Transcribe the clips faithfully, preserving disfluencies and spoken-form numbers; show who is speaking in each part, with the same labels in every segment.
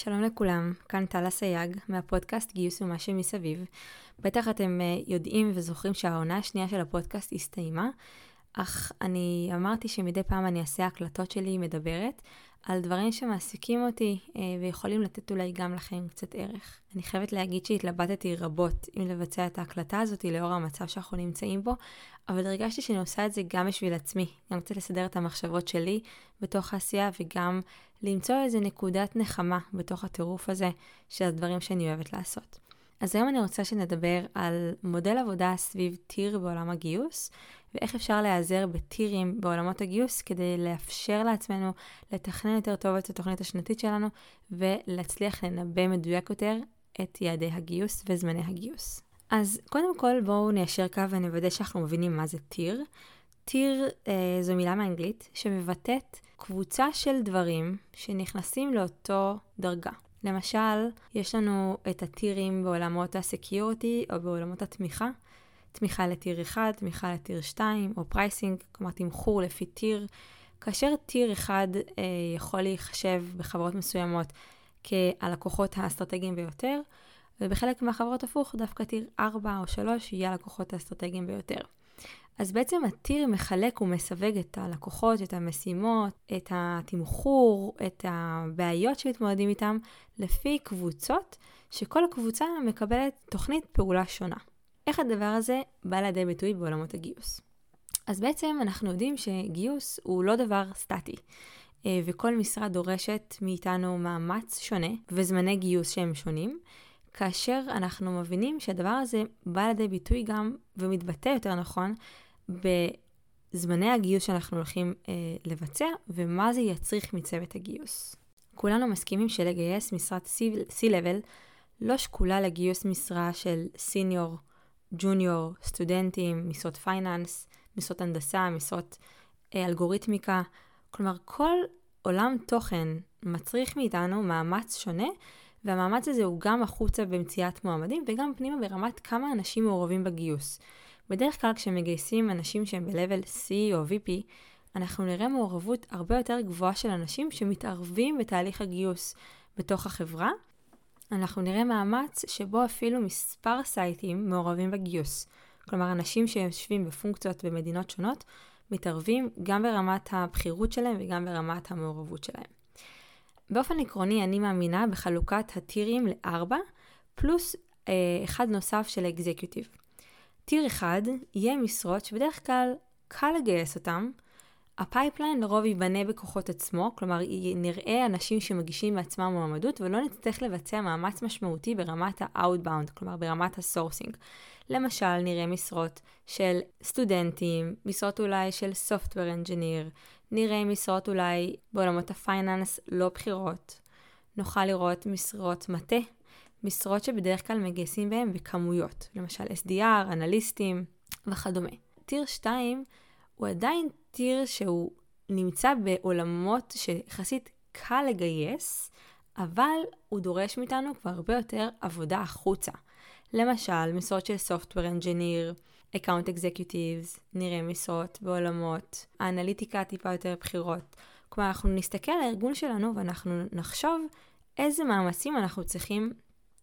Speaker 1: שלום לכולם, כאן טלה סייג מהפודקאסט גיוס ומה שמסביב. בטח אתם יודעים וזוכרים שהעונה השנייה של הפודקאסט הסתיימה, אך אני אמרתי שמדי פעם אני אעשה הקלטות שלי מדברת על דברים שמעסיקים אותי ויכולים לתת אולי גם לכם קצת ערך. אני חייבת להגיד שהתלבטתי רבות אם לבצע את ההקלטה הזאת לאור המצב שאנחנו נמצאים בו, אבל הרגשתי שאני עושה את זה גם בשביל עצמי, גם קצת לסדר את המחשבות שלי בתוך העשייה וגם למצוא איזה נקודת נחמה בתוך הטירוף הזה של הדברים שאני אוהבת לעשות. אז היום אני רוצה שנדבר על מודל עבודה סביב טיר בעולם הגיוס, ואיך אפשר להיעזר בטירים בעולמות הגיוס כדי לאפשר לעצמנו לתכנן יותר טוב את התוכנית השנתית שלנו, ולהצליח לנבא מדויק יותר את יעדי הגיוס וזמני הגיוס. אז קודם כל בואו ניישר קו ונוודא שאנחנו מבינים מה זה טיר. טיר אה, זו מילה מאנגלית שמבטאת קבוצה של דברים שנכנסים לאותו דרגה. למשל, יש לנו את הטירים בעולמות הסקיוריטי או בעולמות התמיכה. תמיכה לטיר אחד, תמיכה לטיר שתיים, או פרייסינג, כלומר תמחור לפי טיר. כאשר טיר אחד אה, יכול להיחשב בחברות מסוימות כהלקוחות האסטרטגיים ביותר, ובחלק מהחברות הפוך, דווקא טיר ארבע או שלוש יהיה הלקוחות האסטרטגיים ביותר. אז בעצם הטיר מחלק ומסווג את הלקוחות, את המשימות, את התמחור, את הבעיות שמתמודדים איתם, לפי קבוצות, שכל הקבוצה מקבלת תוכנית פעולה שונה. איך הדבר הזה בא לידי ביטוי בעולמות הגיוס? אז בעצם אנחנו יודעים שגיוס הוא לא דבר סטטי, וכל משרד דורשת מאיתנו מאמץ שונה, וזמני גיוס שהם שונים, כאשר אנחנו מבינים שהדבר הזה בא לידי ביטוי גם, ומתבטא יותר נכון, בזמני הגיוס שאנחנו הולכים אה, לבצע, ומה זה יצריך מצוות הגיוס. כולנו מסכימים שלגייס משרת C-Level לא שקולה לגיוס משרה של סיניור, ג'וניור, סטודנטים, משרות פייננס, משרות הנדסה, משרות אה, אלגוריתמיקה. כלומר, כל עולם תוכן מצריך מאיתנו מאמץ שונה, והמאמץ הזה הוא גם החוצה במציאת מועמדים, וגם פנימה ברמת כמה אנשים מעורבים בגיוס. בדרך כלל כשמגייסים אנשים שהם ב-level C או V P, אנחנו נראה מעורבות הרבה יותר גבוהה של אנשים שמתערבים בתהליך הגיוס בתוך החברה. אנחנו נראה מאמץ שבו אפילו מספר סייטים מעורבים בגיוס. כלומר, אנשים שיושבים בפונקציות במדינות שונות, מתערבים גם ברמת הבחירות שלהם וגם ברמת המעורבות שלהם. באופן עקרוני, אני מאמינה בחלוקת הטירים לארבע, פלוס אה, אחד נוסף של אקזקיוטיב. טיר אחד יהיה משרות שבדרך כלל קל לגייס אותם. הפייפליין לרוב ייבנה בכוחות עצמו, כלומר נראה אנשים שמגישים בעצמם מועמדות, ולא נצטרך לבצע מאמץ משמעותי ברמת ה-outbound, כלומר ברמת ה-sourcing. למשל, נראה משרות של סטודנטים, משרות אולי של software engineer, נראה משרות אולי בעולמות הפייננס לא בחירות. נוכל לראות משרות מטה, משרות שבדרך כלל מגייסים בהם בכמויות, למשל S D R, אנליסטים וכדומה. טיר שתיים הוא עדיין טיר שהוא נמצא בעולמות שיחסית קל לגייס, אבל הוא דורש מאיתנו כבר הרבה יותר עבודה החוצה. למשל, משרות של Software Engineer, Account Executives, נראה משרות בעולמות, האנליטיקה טיפה יותר בחירות. כלומר, אנחנו נסתכל על הארגון שלנו ואנחנו נחשוב איזה מאמצים אנחנו צריכים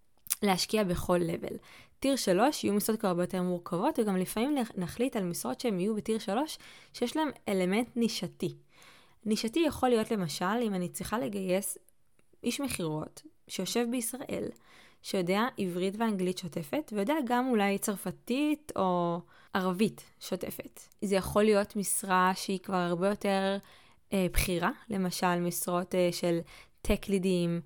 Speaker 1: להשקיע בכל level. טיר שלוש יהיו משרות כבר הרבה יותר מורכבות, וגם לפעמים נחליט על משרות שהן יהיו בטיר שלוש, שיש להם אלמנט נישתי. נישתי יכול להיות למשל, אם אני צריכה לגייס איש מחירות שיושב בישראל, שיודע עברית ואנגלית שוטפת, ויודע גם אולי צרפתית או ערבית שוטפת. זה יכול להיות משרה שהיא כבר הרבה יותר אה, בחירה, למשל משרות אה, של טק לידים,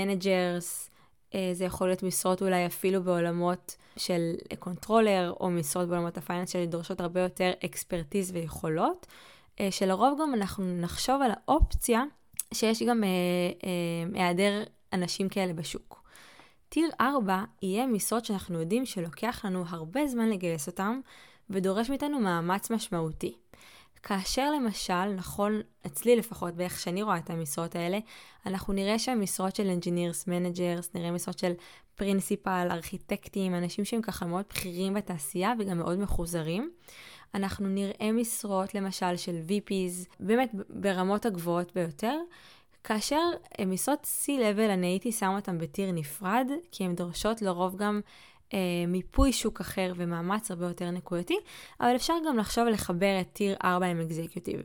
Speaker 1: מנג'רס, אה, זה יכול להיות משרות אולי אפילו בעולמות של קונטרולר, או משרות בעולמות הפייננס שדורשות הרבה יותר אקספרטיז ויכולות, אה, שלרוב גם אנחנו נחשוב על האופציה שיש גם אה, אה, היעדר אנשים כאלה בשוק. טיר ארבע יהיה משרות שאנחנו יודעים שלוקח לנו הרבה זמן לגייס אותם, ודורש מאיתנו מאמץ משמעותי. כאשר למשל, נכון, אצלי לפחות, באיך שאני רואה את המשרות האלה, אנחנו נראה שהמשרות של engineers, managers, נראה משרות של פרינסיפל, ארכיטקטים, אנשים שהם ככה מאוד בכירים בתעשייה וגם מאוד מחוזרים. אנחנו נראה משרות למשל של V Ps, באמת ברמות הגבוהות ביותר, כאשר משרות C-Level אני הייתי שמה אותם בטיר נפרד, כי הן דורשות לרוב גם אה, מיפוי שוק אחר ומאמץ הרבה יותר נקודתי, אבל אפשר גם לחשוב לחבר את טיר ארבע עם אקזקיוטיב.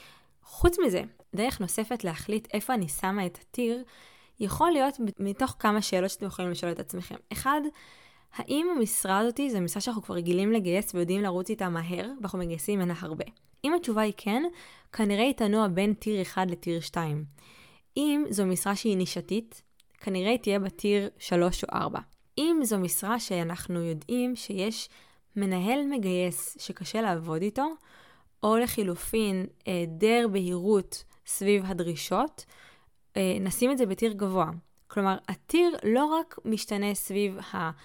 Speaker 1: חוץ מזה, דרך נוספת להחליט איפה אני שמה את הטיר, יכול להיות מתוך כמה שאלות שאתם יכולים לשאול את עצמכם. אחד, האם המשרה הזאת זו משרה שאנחנו כבר רגילים לגייס ויודעים לרוץ איתה מהר, ואנחנו מגייסים ממנה הרבה? אם התשובה היא כן, כנראה היא תנוע בין טיר אחד לטיר שתיים. אם זו משרה שהיא נישתית, כנראה היא תהיה בטיר שלוש או ארבע. אם זו משרה שאנחנו יודעים שיש מנהל מגייס שקשה לעבוד איתו, או לחילופין היעדר בהירות סביב הדרישות, נשים את זה בטיר גבוה. כלומר, הטיר לא רק משתנה סביב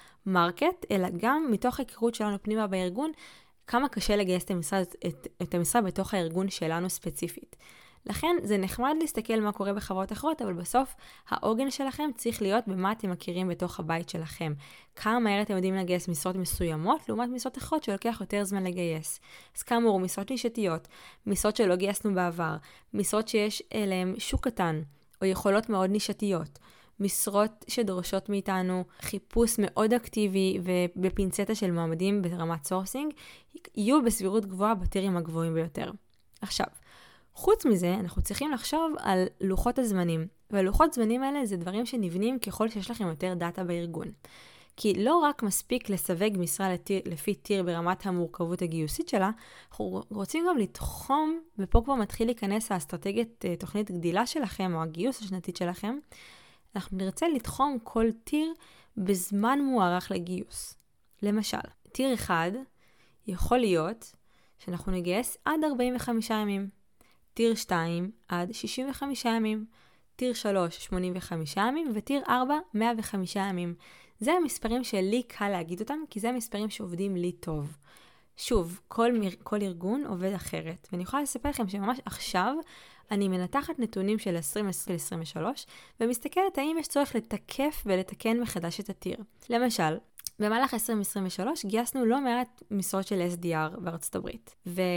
Speaker 1: המרקט, אלא גם מתוך היכרות שלנו פנימה בארגון, כמה קשה לגייס את המשרה, את, את המשרה בתוך הארגון שלנו ספציפית. לכן זה נחמד להסתכל מה קורה בחברות אחרות, אבל בסוף העוגן שלכם צריך להיות במה אתם מכירים בתוך הבית שלכם. כמה מהר אתם יודעים לגייס משרות מסוימות, לעומת משרות אחרות שלוקח יותר זמן לגייס. אז כאמור, משרות נישתיות, משרות שלא גייסנו בעבר, משרות שיש אליהם שוק קטן, או יכולות מאוד נישתיות, משרות שדורשות מאיתנו חיפוש מאוד אקטיבי ובפינצטה של מועמדים ברמת סורסינג, יהיו בסבירות גבוהה בטירים הגבוהים ביותר. עכשיו, חוץ מזה, אנחנו צריכים לחשוב על לוחות הזמנים, והלוחות זמנים האלה זה דברים שנבנים ככל שיש לכם יותר דאטה בארגון. כי לא רק מספיק לסווג משרה לטיר, לפי טיר ברמת המורכבות הגיוסית שלה, אנחנו רוצים גם לתחום, ופה כבר מתחיל להיכנס האסטרטגיית תוכנית גדילה שלכם, או הגיוס השנתית שלכם, אנחנו נרצה לתחום כל טיר בזמן מוערך לגיוס. למשל, טיר אחד יכול להיות שאנחנו נגייס עד ארבעים וחמישה ימים. טיר שתיים עד שישים וחמישה ימים, טיר שלוש שמונים וחמישה ימים, וטיר ארבע מאה וחמישה ימים. זה המספרים שלי קל להגיד אותם, כי זה המספרים שעובדים לי טוב. שוב, כל, כל ארגון עובד אחרת, ואני יכולה לספר לכם שממש עכשיו אני מנתחת נתונים של עשרים עשרים ושלוש, ומסתכלת האם יש צורך לתקף ולתקן מחדש את הטיר. למשל, במהלך עשרים עשרים ושלוש גייסנו לא מעט משרות של אס די אר בארצות הברית,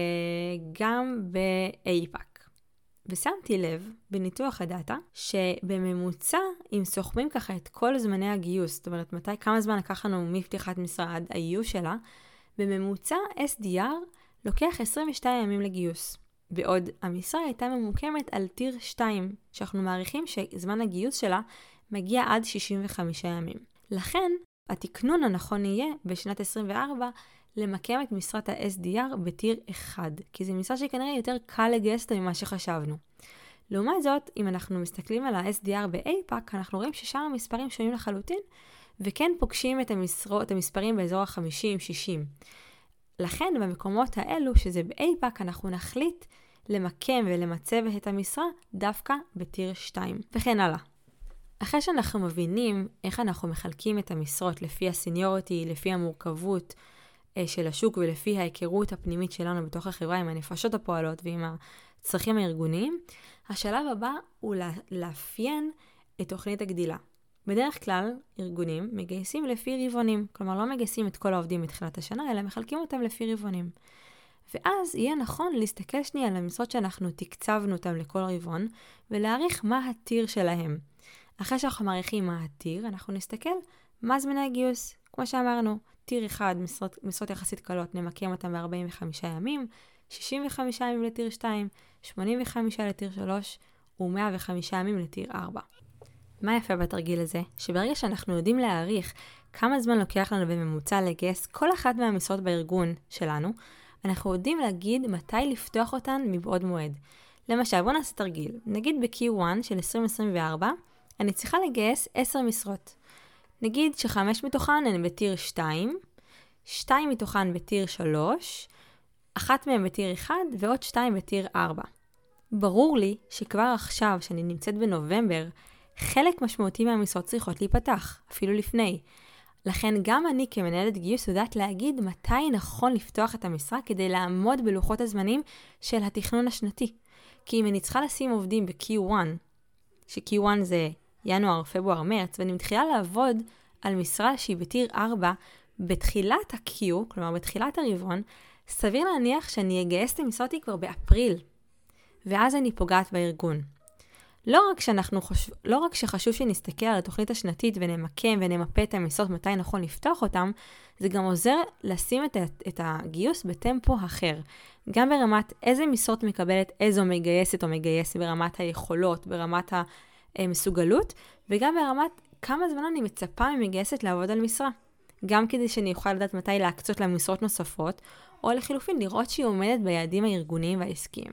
Speaker 1: וגם ב-איי פאק. ושמתי לב בניתוח הדאטה, שבממוצע, אם סוכמים ככה את כל זמני הגיוס, זאת אומרת, מתי, כמה זמן לקח לנו מפתיחת משרה עד האיוש שלה, בממוצע אס די אר לוקח עשרים ושתיים ימים לגיוס. בעוד המשרה הייתה ממוקמת על טיר שתיים, שאנחנו מעריכים שזמן הגיוס שלה מגיע עד שישים וחמישה ימים. לכן, התקנון הנכון יהיה בשנת עשרים וארבע למקם את משרת ה-אס די אר בטיר אחד, כי זו משרה שכנראה יותר קל לגייס אותה ממה שחשבנו. לעומת זאת, אם אנחנו מסתכלים על ה-אס די אר ב-איי פאק, אנחנו רואים ששם המספרים שונים לחלוטין, וכן פוגשים את, המשרות, את המספרים באזור ה-חמישים שישים. לכן, במקומות האלו, שזה ב-איי פאק, אנחנו נחליט למקם ולמצב את המשרה דווקא בטיר שתיים, וכן הלאה. אחרי שאנחנו מבינים איך אנחנו מחלקים את המשרות לפי הסיניוריטי, לפי המורכבות של השוק ולפי ההיכרות הפנימית שלנו בתוך החברה עם הנפשות הפועלות ועם הצרכים הארגוניים, השלב הבא הוא לאפיין את תוכנית הגדילה. בדרך כלל, ארגונים מגייסים לפי רבעונים, כלומר לא מגייסים את כל העובדים מתחילת השנה, אלא מחלקים אותם לפי רבעונים. ואז יהיה נכון להסתכל שנייה על המשרות שאנחנו תקצבנו אותם לכל רבעון, ולהעריך מה הטיר שלהם. אחרי שאנחנו מעריכים מה הטיר, אנחנו נסתכל מה זמני הגיוס. כמו שאמרנו, טיר אחד, משרות, משרות יחסית קלות, נמקם אותם ב-ארבעים וחמישה ימים, שישים וחמישה ימים לטיר שתיים, שמונים וחמישה לטיר שלוש, ו-מאה וחמישה ימים לטיר ארבע. מה יפה בתרגיל הזה? שברגע שאנחנו יודעים להעריך כמה זמן לוקח לנו בממוצע לגייס כל אחת מהמשרות בארגון שלנו, אנחנו יודעים להגיד מתי לפתוח אותן מבעוד מועד. למשל, בואו נעשה תרגיל. נגיד ב-קיו אחת של עשרים עשרים וארבע, אני צריכה לגייס עשר משרות. נגיד שחמש מתוכן הן בטיר שתיים, שתיים מתוכן בטיר שלוש, אחת מהן בטיר אחד ועוד שתיים בטיר ארבע. ברור לי שכבר עכשיו, שאני נמצאת בנובמבר, חלק משמעותי מהמשרות צריכות להיפתח, אפילו לפני. לכן גם אני כמנהלת גיוס יודעת להגיד מתי נכון לפתוח את המשרה כדי לעמוד בלוחות הזמנים של התכנון השנתי. כי אם אני צריכה לשים עובדים ב-קיו אחת, ש-קיו אחת זה ינואר, פברואר, מרץ, ואני מתחילה לעבוד על משרה שהיא בטיר ארבע בתחילת ה-Q, כלומר בתחילת הרבעון, סביר להניח שאני אגייס את המשרות כבר באפריל, ואז אני פוגעת בארגון. לא רק שאנחנו חושב, לא רק שחשוב שנסתכל על התוכנית השנתית ונמקם ונמפה את המשרות מתי נכון לפתוח אותם, זה גם עוזר לשים את, את הגיוס בטמפו אחר. גם ברמת איזה משרות מקבלת איזו מגייסת או מגייסת, ברמת היכולות, ברמת המסוגלות, וגם ברמת כמה זמן אני מצפה ממגייסת לעבוד על משרה. גם כדי שאני אוכל לדעת מתי להקצות לה משרות נוספות, או לחילופין לראות שהיא עומדת ביעדים הארגוניים והעסקיים.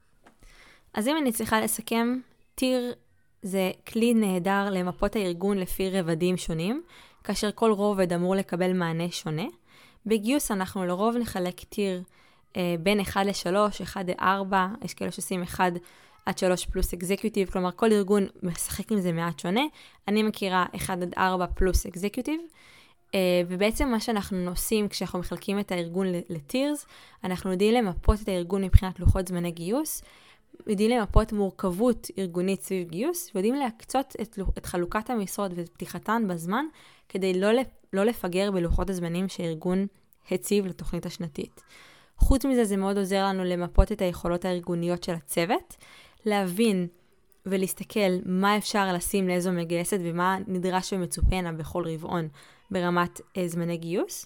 Speaker 1: אז אם אני צריכה לסכם, טיר זה כלי נהדר למפות הארגון לפי רבדים שונים, כאשר כל רובד אמור לקבל מענה שונה. בגיוס אנחנו לרוב נחלק טיר אה, בין אחד לשלוש, אחד לארבע, יש כאלה שעושים אחד עד שלוש פלוס אקזקיוטיב, כלומר כל ארגון משחק עם זה מעט שונה. אני מכירה אחד עד ארבע פלוס אקזקיוטיב, אה, ובעצם מה שאנחנו עושים כשאנחנו מחלקים את הארגון לטירס, אנחנו יודעים למפות את הארגון מבחינת לוחות זמני גיוס, יודעים למפות מורכבות ארגונית סביב גיוס, ויודעים להקצות את, את חלוקת המשרות ואת פתיחתן בזמן, כדי לא, לא לפגר בלוחות הזמנים שהארגון הציב לתוכנית השנתית. חוץ מזה, זה מאוד עוזר לנו למפות את היכולות הארגוניות של הצוות, להבין ולהסתכל מה אפשר לשים לאיזו מגייסת ומה נדרש ומצופנה בכל רבעון ברמת זמני גיוס.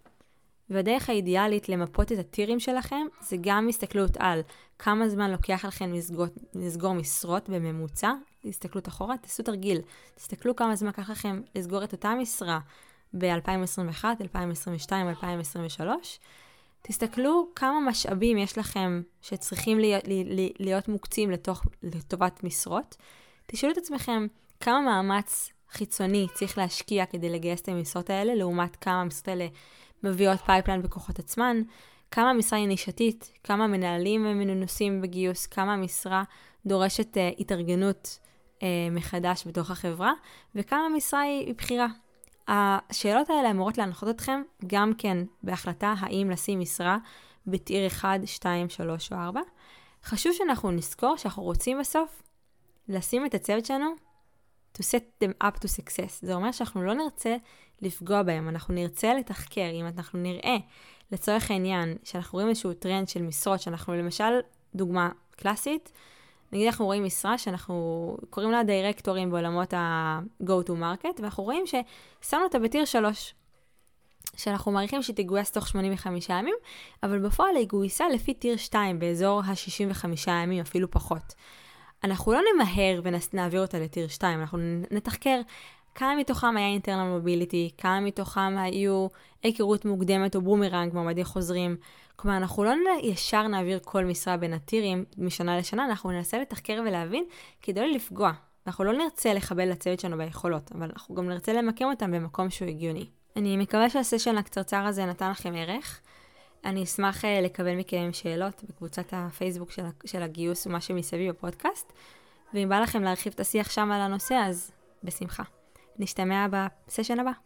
Speaker 1: והדרך האידיאלית למפות את הטירים שלכם, זה גם הסתכלות על כמה זמן לוקח לכם לסגור, לסגור משרות בממוצע, הסתכלות אחורה, תעשו תרגיל, תסתכלו כמה זמן לקח לכם לסגור את אותה משרה ב-אלפיים עשרים ואחת, אלפיים עשרים ושתיים, אלפיים עשרים ושלוש, תסתכלו כמה משאבים יש לכם שצריכים להיות, להיות מוקצים לתוך, לטובת משרות, תשאלו את עצמכם כמה מאמץ חיצוני צריך להשקיע כדי לגייס את המשרות האלה, לעומת כמה המשרות האלה מביאות פייפליין בכוחות עצמן, כמה משרה היא נישתית, כמה מנהלים מנוסים בגיוס, כמה משרה דורשת uh, התארגנות uh, מחדש בתוך החברה, וכמה משרה היא בחירה. השאלות האלה אמורות להנחות אתכם גם כן בהחלטה האם לשים משרה בטיר אחד, שתיים, שלוש או ארבע. חשוב שאנחנו נזכור שאנחנו רוצים בסוף לשים את הצוות שלנו to set them up to success. זה אומר שאנחנו לא נרצה לפגוע בהם, אנחנו נרצה לתחקר. אם אנחנו נראה לצורך העניין שאנחנו רואים איזשהו טרנד של משרות, שאנחנו למשל, דוגמה קלאסית, נגיד אנחנו רואים משרה שאנחנו קוראים לה דירקטורים בעולמות ה-go to market, ואנחנו רואים ששמנו אותה בטיר שלוש, שאנחנו מעריכים שתגויס תוך שמונים וחמישה ימים, אבל בפועל היא גויסה לפי טיר שתיים באזור ה-שישים וחמישה ימים, אפילו פחות. אנחנו לא נמהר ונעביר אותה לטיר שתיים, אנחנו נתחקר כמה מתוכם היה internal mobility, כמה מתוכם היו היכרות מוקדמת או בומרנג, מועמדים חוזרים. כלומר, אנחנו לא ישר נעביר כל משרה בין הטירים משנה לשנה, אנחנו ננסה לתחקר ולהבין כדי לא לפגוע. אנחנו לא נרצה לחבל לצוות שלנו ביכולות, אבל אנחנו גם נרצה למקם אותם במקום שהוא הגיוני. אני מקווה שהסשן הקצרצר הזה נתן לכם ערך. אני אשמח לקבל מכם שאלות בקבוצת הפייסבוק של, של הגיוס ומה שמסביב בפודקאסט, ואם בא לכם להרחיב את השיח שם על הנושא, אז בשמחה. נשתמע בסשן הבא.